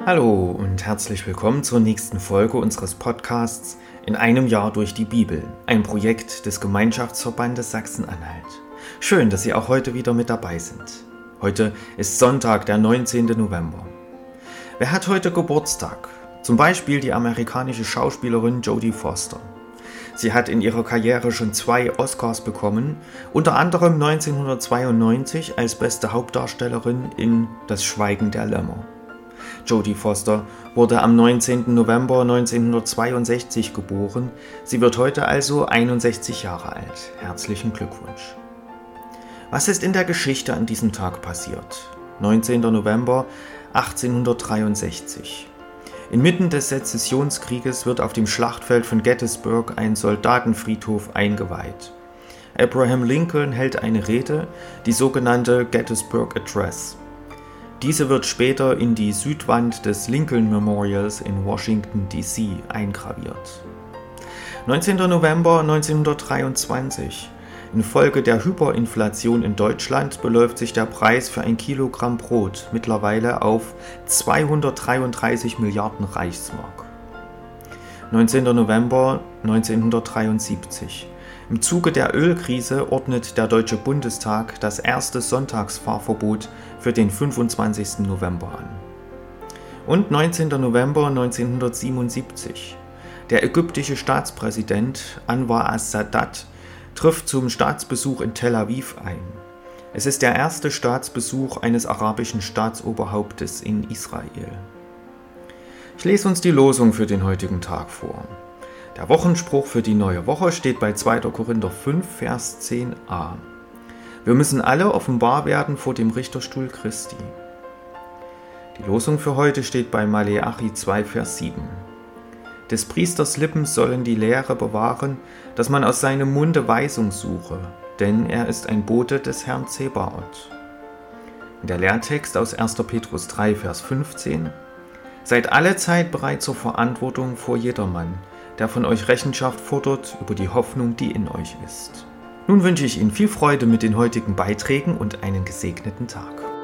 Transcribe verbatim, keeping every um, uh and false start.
Hallo und herzlich willkommen zur nächsten Folge unseres Podcasts In einem Jahr durch die Bibel, ein Projekt des Gemeinschaftsverbandes Sachsen-Anhalt. Schön, dass Sie auch heute wieder mit dabei sind. Heute ist Sonntag, der neunzehnten November. Wer hat heute Geburtstag? Zum Beispiel die amerikanische Schauspielerin Jodie Foster. Sie hat in ihrer Karriere schon zwei Oscars bekommen, unter anderem neunzehnhundertzweiundneunzig als beste Hauptdarstellerin in Das Schweigen der Lämmer. Jodie Foster wurde am neunzehnten November neunzehnhundertzweiundsechzig geboren. Sie wird heute also einundsechzig Jahre alt. Herzlichen Glückwunsch. Was ist in der Geschichte an diesem Tag passiert? neunzehnten November achtzehnhundertdreiundsechzig. Inmitten des Sezessionskrieges wird auf dem Schlachtfeld von Gettysburg ein Soldatenfriedhof eingeweiht. Abraham Lincoln hält eine Rede, die sogenannte Gettysburg Address. Diese wird später in die Südwand des Lincoln Memorials in Washington D C eingraviert. neunzehnten November neunzehnhundertdreiundzwanzig. Infolge der Hyperinflation in Deutschland beläuft sich der Preis für ein Kilogramm Brot mittlerweile auf zweihundertdreiunddreißig Milliarden Reichsmark. neunzehnten November neunzehnhundertdreiundsiebzig. Im Zuge der Ölkrise ordnet der Deutsche Bundestag das erste Sonntagsfahrverbot für den fünfundzwanzigsten November an. Und neunzehnten November neunzehnhundertsiebenundsiebzig. Der ägyptische Staatspräsident Anwar as-Sadat trifft zum Staatsbesuch in Tel Aviv ein. Es ist der erste Staatsbesuch eines arabischen Staatsoberhauptes in Israel. Ich lese uns die Losung für den heutigen Tag vor. Der Wochenspruch für die neue Woche steht bei zweiter Korinther fünf, Vers zehn a. Wir müssen alle offenbar werden vor dem Richterstuhl Christi. Die Losung für heute steht bei Maleachi zwei, Vers sieben. Des Priesters Lippen sollen die Lehre bewahren, dass man aus seinem Munde Weisung suche, denn er ist ein Bote des Herrn Zebaoth. Und der Lehrtext aus erster Petrus drei, Vers fünfzehn. Seid allezeit bereit zur Verantwortung vor jedermann, der von euch Rechenschaft fordert über die Hoffnung, die in euch ist. Nun wünsche ich Ihnen viel Freude mit den heutigen Beiträgen und einen gesegneten Tag.